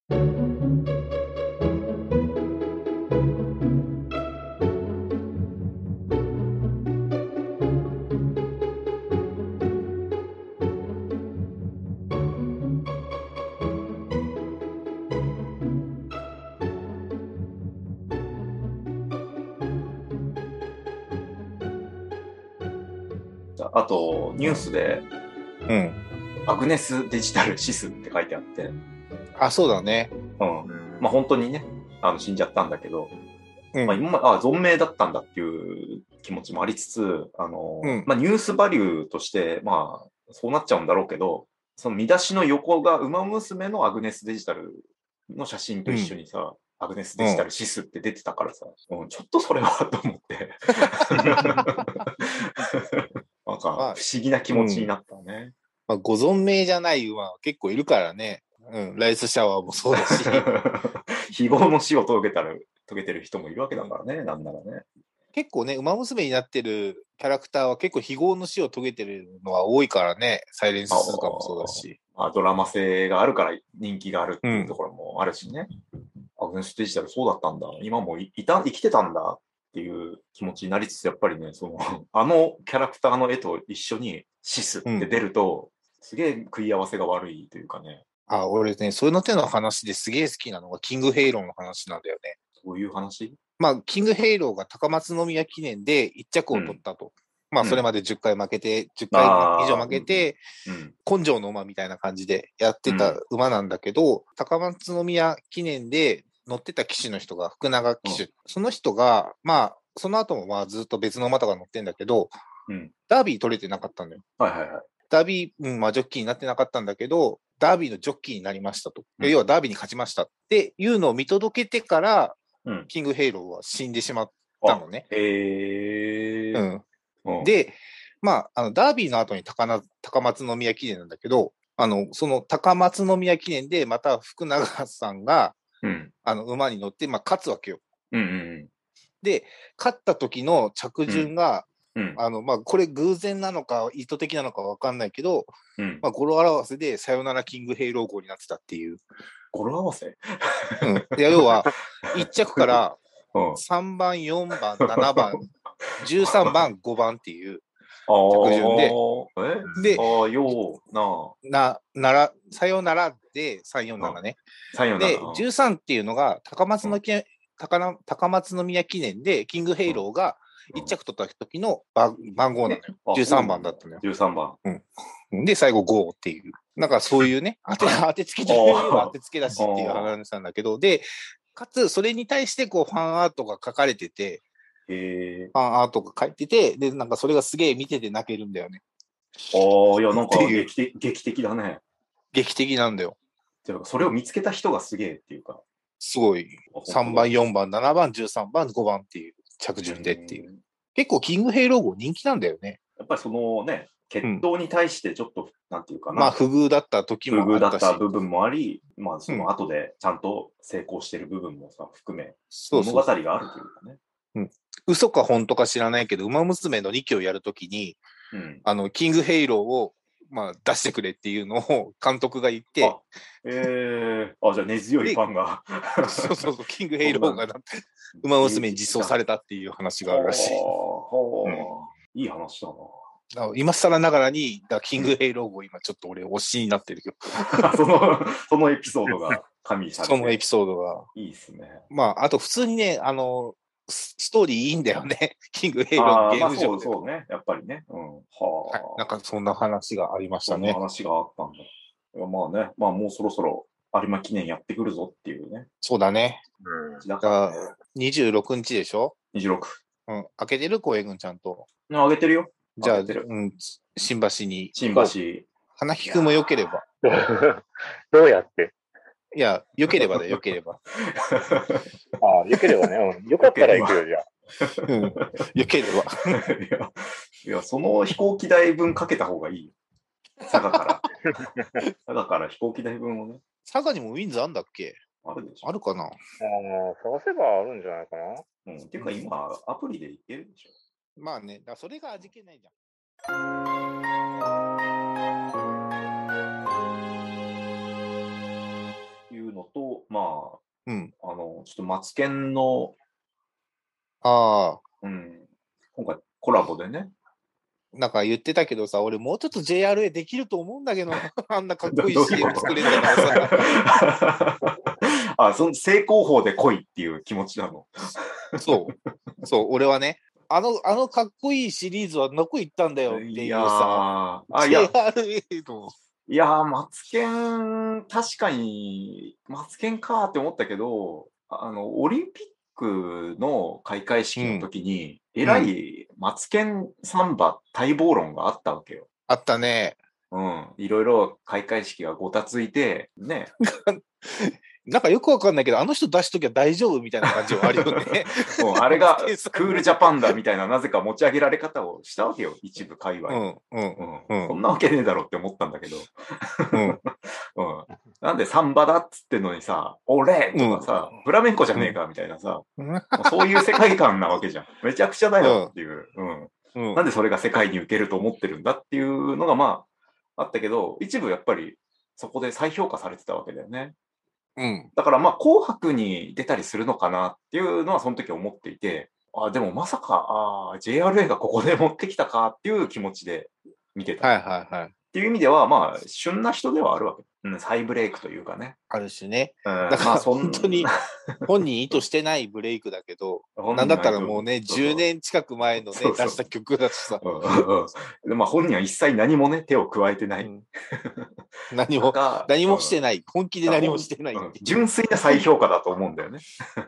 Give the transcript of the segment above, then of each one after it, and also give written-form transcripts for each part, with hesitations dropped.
あと、ニュースで、 うん。 アグネスデジタルシスって書いてあって、 あ、そうだね。 まあ本当にね、死んじゃったんだけど、 うん。 存命だったんだっていう気持ちもありつつ、ニュースバリューとして、そうなっちゃうんだろうけど、その見出しの横が馬娘のアグネスデジタルの写真と一緒にさ、アグネスデジタルシスって出てたからさ、ちょっとそれはと思って。なんか不思議な気持ちになったね。 ご存命じゃない馬は結構いるからね。ライスシャワーもそうだし。 非業の死を遂げてる人もいるわけだからね、なんならね。 結構ね、馬娘になってるキャラクターは結構非業の死を遂げてるのは多いからね。サイレンススカもそうだし。 ドラマ性があるから人気があるっていうところもあるしね。アグネスデジタルそうだったんだ。今も生きてたんだっていう気持ちになりつつ、やっぱりね、あのキャラクターの絵と一緒にシスって出ると、すげえ食い合わせが悪いというかね。 俺ね、そういうの手の話ですげえ好きなのがキングヘイローの話なんだよね。 そういう話？ キングヘイローが高松宮記念で1着を取ったと。それまで10回負けて、10回以上負けて、根性の馬みたいな感じでやってた馬なんだけど、高松宮記念で乗ってた騎手の人が福永騎手。その人が、その後もずっと別の馬とか乗ってんだけど、ダービー取れてなかったんだよ。ダービー、ジョッキーになってなかったんだけど、ダービーのジョッキーになりましたと。要はダービーに勝ちましたっていうのを見届けてから、キングヘイローは死んでしまったのね。で、ダービーの後に高松宮記念なんだけど、その高松宮記念でまた福永さんが、馬に乗って、勝つわけよ。で、勝った時の着順が、これ偶然なのか意図的なのかわかんないけど、語呂合わせでさよならキングヘイロー号になってたっていう。 語呂合わせ？ 要は、1着から3番、4番、7番、13番、5番っていう着順で、さよならで347ね。で、13っていうのが高松宮記念でキングヘイローが1着取った時の番号なのよ。13番だったのよ。 13番。 で、最後5っていう。なんかそういうね、当てつけという当てつけだしっていう話なんだけど、で、かつそれに対してファンアートが書かれてて、ファンアートが書いてて、で、なんかそれがすげえ見てて泣けるんだよね。 いや、なんか劇的だね。 劇的なんだよ。 それを見つけた人がすげえっていうか。 すごい。3番、4番、7番、13番、5番っていう着順でっていう。結構キングヘイロー号人気なんだよね。 やっぱりそのね、決闘に対してちょっと、なんていうかな。 不遇だった時もあったし。 不遇だった部分もあり、その後でちゃんと成功してる部分もさ、含め、物語があるというかね。 嘘か本当か知らないけど、馬娘の2期をやるときに、キングヘイローを、出してくれっていうのを監督が言って。 じゃあ根強いファンが。 そう、キングヘイローが馬娘に実装されたっていう話があるらしい。 いい話だな。 今更ながらに、キングヘイロー号今ちょっと俺推しになってるけど。 そのエピソードが加味されて。 そのエピソードが。 いいですね。 あと普通にね、ストーリーいいんだよね。キングヘイローのゲーム上で。 そうね。やっぱりね。 なんかそんな話がありましたね。 そんな話があったんだ。もうそろそろ有馬記念やってくるぞっていうね。 そうだね。だから26日でしょ ?26。 開けてる公園軍ちゃんと。 開けてるよ。 じゃあ、新橋に。 新橋。 花木くんも良ければ。 どうやっていや、良ければだよ、良ければ。 良ければね。よかったら行くよ、じゃあ。 良ければ。 いや、その飛行機代分かけた方がいいよ。佐賀から飛行機代分をね。 佐賀にもウィンズあんだっけ？ あるでしょ。 あるかな？ 探せばあるんじゃないかな。 っていうか今、アプリで行けるでしょ。 それが味気ないじゃん。 いうのと、 まあ、 うん。 ちょっとマツケンの、 ああ。 今回コラボでね。 なんか言ってたけどさ、俺もうちょっと JRA できると思うんだけど、あんなかっこいいどういうこ CM と作れんだからさ。 その正攻法で来いっていう気持ちなの。 そう。俺はね、あのかっこいいシリーズはどこ行ったんだよっていうさ、JRA の。 いやー、マツケン、確かに、マツケンかーって思ったけど、オリンピックの開会式の時に、えらいマツケンサンバ待望論があったわけよ。 あったね。 いろいろ開会式がごたついて、ね。 なんかよくわかんないけど、あの人出しときゃ大丈夫みたいな感じはあるよね。 あれがクールジャパンだみたいな、なぜか持ち上げられ方をしたわけよ、一部界隈。そんなわけねえだろって思ったんだけど。なんでサンバだっつってんのにさ、俺とかさ、フラメンコじゃねえかみたいなさ、そういう世界観なわけじゃん。めちゃくちゃだよっていう。なんでそれが世界に受けると思ってるんだっていうのがまあ、あったけど、一部やっぱりそこで再評価されてたわけだよね。だからまあ、紅白に出たりするのかなっていうのはその時思っていて、でもまさか、JRA がここで持ってきたかっていう気持ちで見てた。っていう意味では、まあ、旬な人ではあるわけ。再ブレイクというかね。 あるしね。だから本当に本人意図してないブレイクだけど、なんだったらもうね、10年近く前のね、出した曲だしさ。 まあ本人は一切何もね、手を加えてない。 何もしてない。本気で何もしてない。 純粋な再評価だと思うんだよね。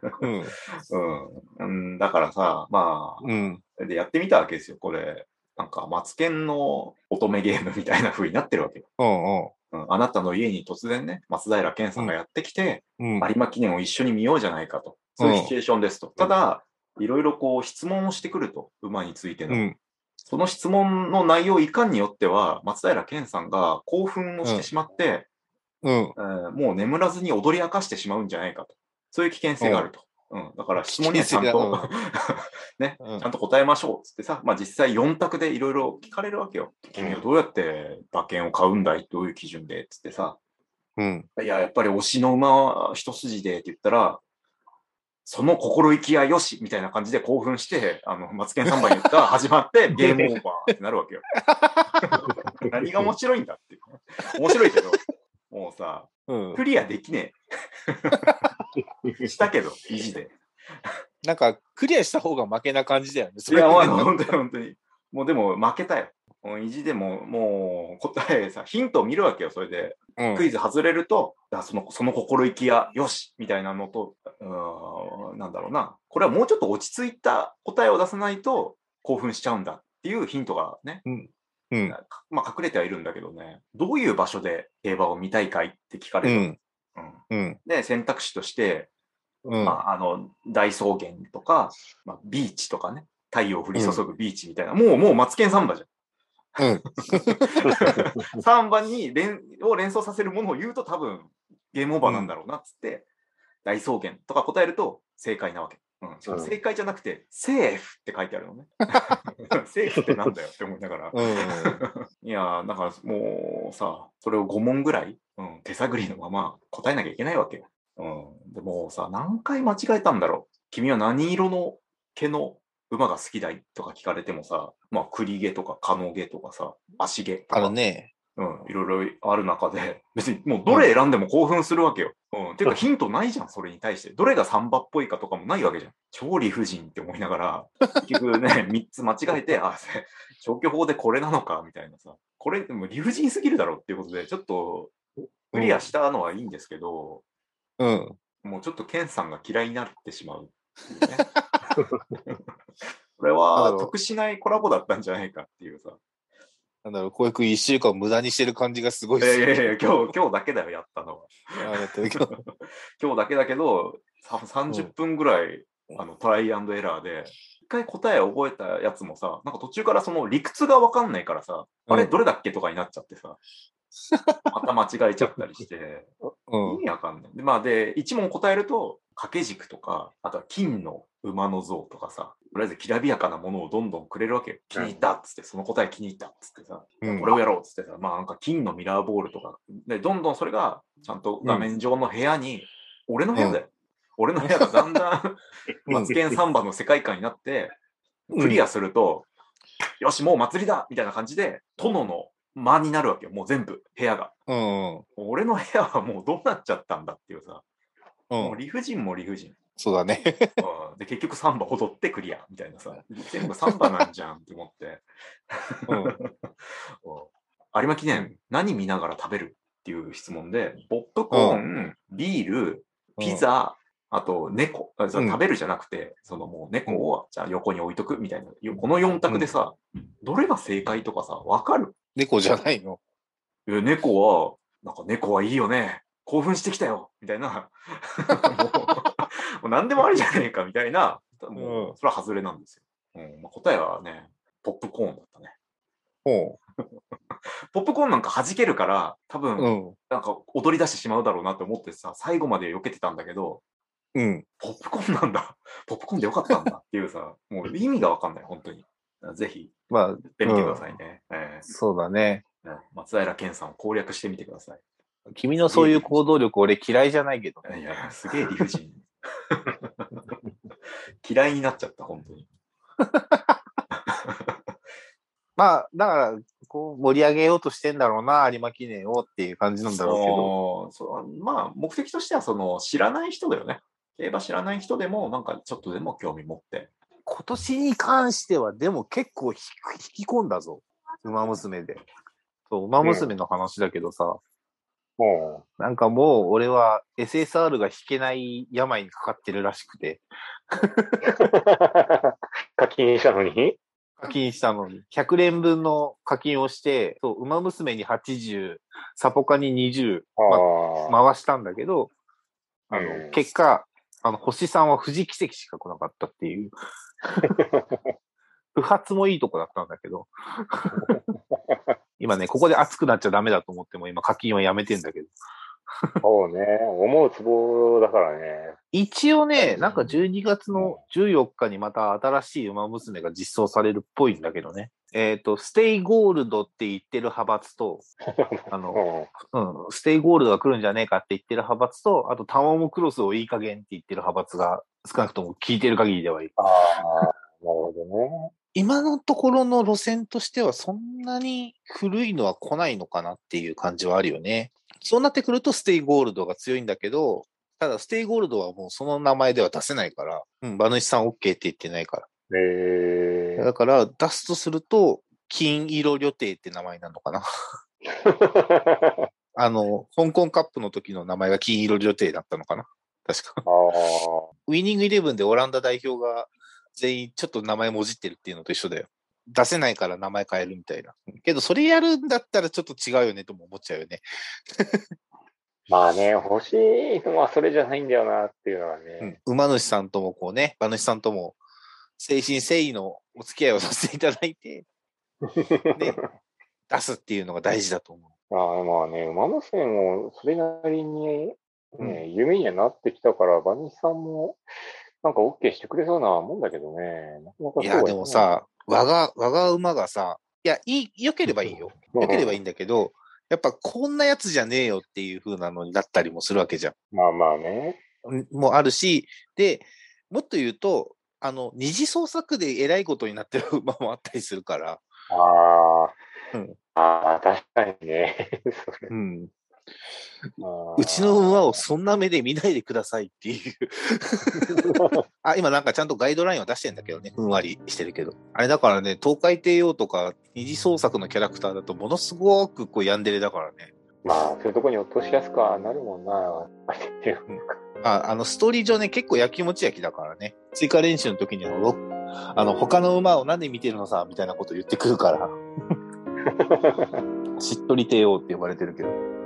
だからさ、まあ、でやってみたわけですよ、これ。なんか、マツケンの乙女ゲームみたいな風になってるわけよ。あなたの家に突然ね、松平健さんがやってきて、有馬記念を一緒に見ようじゃないかと。そういうシチュエーションですと。ただ、いろいろこう質問をしてくると、馬についての。その質問の内容いかんによっては、松平健さんが興奮をしてしまって、もう眠らずに踊り明かしてしまうんじゃないかと。そういう危険性があると。だから質問にはちゃんとね、ちゃんと答えましょうっつってさ、まあ実際4択でいろいろ聞かれるわけよ。君はどうやって馬券を買うんだいどういう基準でっつってさ。いや、やっぱり推しの馬は一筋でって言ったら、その心意気やよしみたいな感じで興奮して、マツケンサンバが始まってゲームオーバーってなるわけよ。何が面白いんだっていう。面白いけど、もうさ、クリアできねえ。したけど、意地で。 なんか、クリアした方が負けな感じだよね。 いや、まあ、本当に。もうでも負けたよ。意地でも、もう答えさ、ヒントを見るわけよ、それで。クイズ外れると、その心意気や、よしみたいなのと、なんだろうな。これはもうちょっと落ち着いた答えを出さないと興奮しちゃうんだっていうヒントがね。まあ隠れてはいるんだけどね。どういう場所で競馬を見たいかいって聞かれる。で、選択肢として、大草原とか、ビーチとかね、太陽降り注ぐビーチみたいな、もうマツケンサンバじゃん。3番に連想させるものを言うと多分ゲームオーバーなんだろうなっつって、大草原とか答えると正解なわけ。しかも正解じゃなくて、セーフって書いてあるのね。セーフってなんだよって思いながら。いやだからもうさ、それを5問ぐらい、手探りのまま答えなきゃいけないわけよ。でもさ、何回間違えたんだろう。君は何色の毛の馬が好きだいとか聞かれてもさ、まあ、栗毛とか、カノ毛とかさ、足毛とか。 あるね。 いろいろある中で、別にもうどれ選んでも興奮するわけよ。ていうかヒントないじゃん、それに対して。どれがサンバっぽいかとかもないわけじゃん。超理不尽って思いながら、結局ね、3つ間違えて、消去法でこれなのか、みたいなさ。これ、でも理不尽すぎるだろっていうことで、ちょっと、クリアしたのはいいんですけど、もうちょっとケンさんが嫌いになってしまうっていうね。これは得しないコラボだったんじゃないかっていうさ。 なんだろう、こういう1週間無駄にしてる感じがすごい。 いや、今日だけだよ、やったのは。今日だけだけど、30分ぐらい、トライアンドエラーで、一回答えを覚えたやつもさ、なんか途中からその理屈がわかんないからさ、あれどれだっけとかになっちゃってさ、また間違えちゃったりして、意味わかんない。で、1問答えると、掛け軸とか、あとは金の馬の像とかさ、とりあえずきらびやかなものをどんどんくれるわけよ。気に入ったっつって、その答え気に入ったっつってさ、これをやろうっつってさ、なんか金のミラーボールとか、で、どんどんそれがちゃんと画面上の部屋に俺の部屋だよ。俺の部屋がだんだん、マツケンサンバの世界観になって、クリアすると、よし、もう祭りだみたいな感じで、殿の間になるわけよ。もう全部、部屋が。俺の部屋はもうどうなっちゃったんだっていうさ。もう理不尽も理不尽。 そうだね。 で、結局サンバ踊ってクリアみたいなさ。全部サンバなんじゃんって思って。有馬記念、何見ながら食べるっていう質問で、ポップコーン、ビール、ピザ、あと猫、食べるじゃなくて、そのもう猫をじゃあ横に置いとくみたいな、この4択でさ、どれが正解とかさ、わかる？ 猫じゃないの？ 猫は、なんか猫はいいよね。興奮してきたよみたいな。もう何でもありじゃねえかみたいな、もうそれは外れなんですよ。答えはね、ポップコーンだったね。ポップコーンなんか弾けるから、多分、なんか踊り出してしまうだろうなって思ってさ、最後まで避けてたんだけど、ポップコーンなんだ。ポップコーンでよかったんだっていうさ、もう意味がわかんない、本当に。ぜひ、やってみてくださいね。 そうだね。 松平健さんを攻略してみてください。 君のそういう行動力、俺嫌いじゃないけど。 いや、すげえ理不尽。嫌いになっちゃった、本当に。 まあ、だから、こう、盛り上げようとしてんだろうな、有馬記念をっていう感じなんだろうけど。 まあ、目的としては、知らない人だよね。競馬知らない人でも、なんかちょっとでも興味持って。 今年に関しては、でも結構引き込んだぞ。馬娘で。そう、馬娘の話だけどさ。なんかもう、俺は SSR が引けない病にかかってるらしくて。 課金したのに 100連分の課金をして、そう、馬娘に80、サポカに20、回したんだけど、結果、星さんは富士奇跡しか来なかったっていう。不発もいいとこだったんだけど。今ね、ここで熱くなっちゃダメだと思っても、今課金はやめてんだけど。 そうね、思うツボだからね。 一応ね、なんか12月の14日にまた新しい馬娘が実装されるっぽいんだけどね。ステイゴールドって言ってる派閥と、ステイゴールドが来るんじゃねえかって言ってる派閥と、あとタマモクロスをいい加減って言ってる派閥が少なくとも聞いてる限りではいる。 なるほどね。 今のところの路線としてはそんなに古いのは来ないのかなっていう感じはあるよね。そうなってくるとステイゴールドが強いんだけど、ただステイゴールドはもうその名前では出せないから、馬主さん OK って言ってないから。だから出すとすると、金色旅程って名前なのかな。香港カップの時の名前が金色旅程だったのかな。確か。ウィニングイレブンでオランダ代表が全員ちょっと名前もじってるっていうのと一緒だよ。出せないから名前変えるみたいな。けど、それやるんだったらちょっと違うよねとも思っちゃうよね。 まあね、欲しいのはそれじゃないんだよなっていうのはね。 馬主さんともこうね、馬主さんとも誠心誠意のお付き合いをさせていただいて、ね、出すっていうのが大事だと思う。 まあね、馬娘もそれなりに、ね、夢にはなってきたから、馬主さんもなんか OK してくれそうなもんだけどね。なかなかそういや、でもさ、我が馬がさ、良ければいいよ。良ければいいんだけど、やっぱこんなやつじゃねえよっていう風なのになったりもするわけじゃん。 まあまあね。 もあるし、で、もっと言うと、二次創作で偉いことになってる馬もあったりするから。 確かにね。 うちの馬をそんな目で見ないでくださいっていう。今なんかちゃんとガイドラインは出してんだけどね。ふんわりしてるけど。あれだからね、東海帝王とか二次創作のキャラクターだとものすごくこうヤンデレだからね。 まあ、そういうとこに落としやすくはなるもんな。 ストーリー上ね、結構焼きもち焼きだからね。追加練習の時に他の馬をなんで見てるのさ、みたいなこと言ってくるから。しっとり帝王って呼ばれてるけど。